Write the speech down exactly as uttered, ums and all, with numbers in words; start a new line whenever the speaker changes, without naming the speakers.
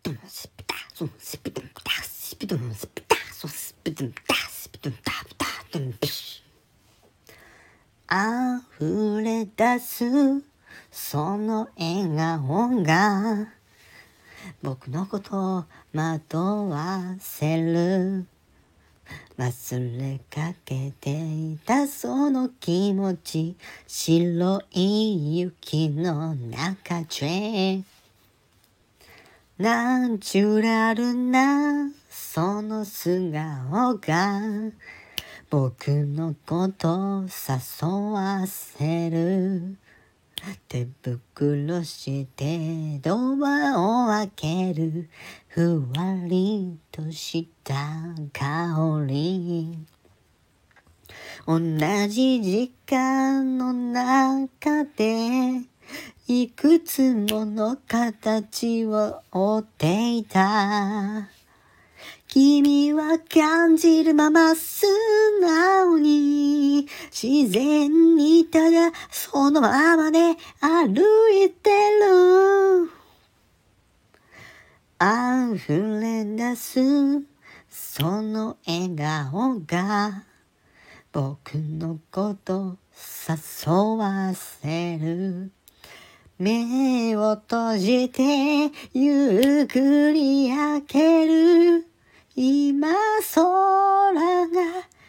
ドンスピタソンスピドンタスピドンスピタソンスピドンタスピドンタプタドンビシ溢れ出すその笑顔が僕のことを惑わせる。忘れかけていたその気持ち、白い雪の中でナチュラルなその素顔が僕のことを誘わせる。手袋してドアを開けるふわりとした香り。同じ時間の中でいくつもの形を追っていた。君は感じるまま素直に自然にただそのままで歩いてる。溢れ出すその笑顔が僕のこと誘わせる。目を閉じてゆっくり開ける。今空が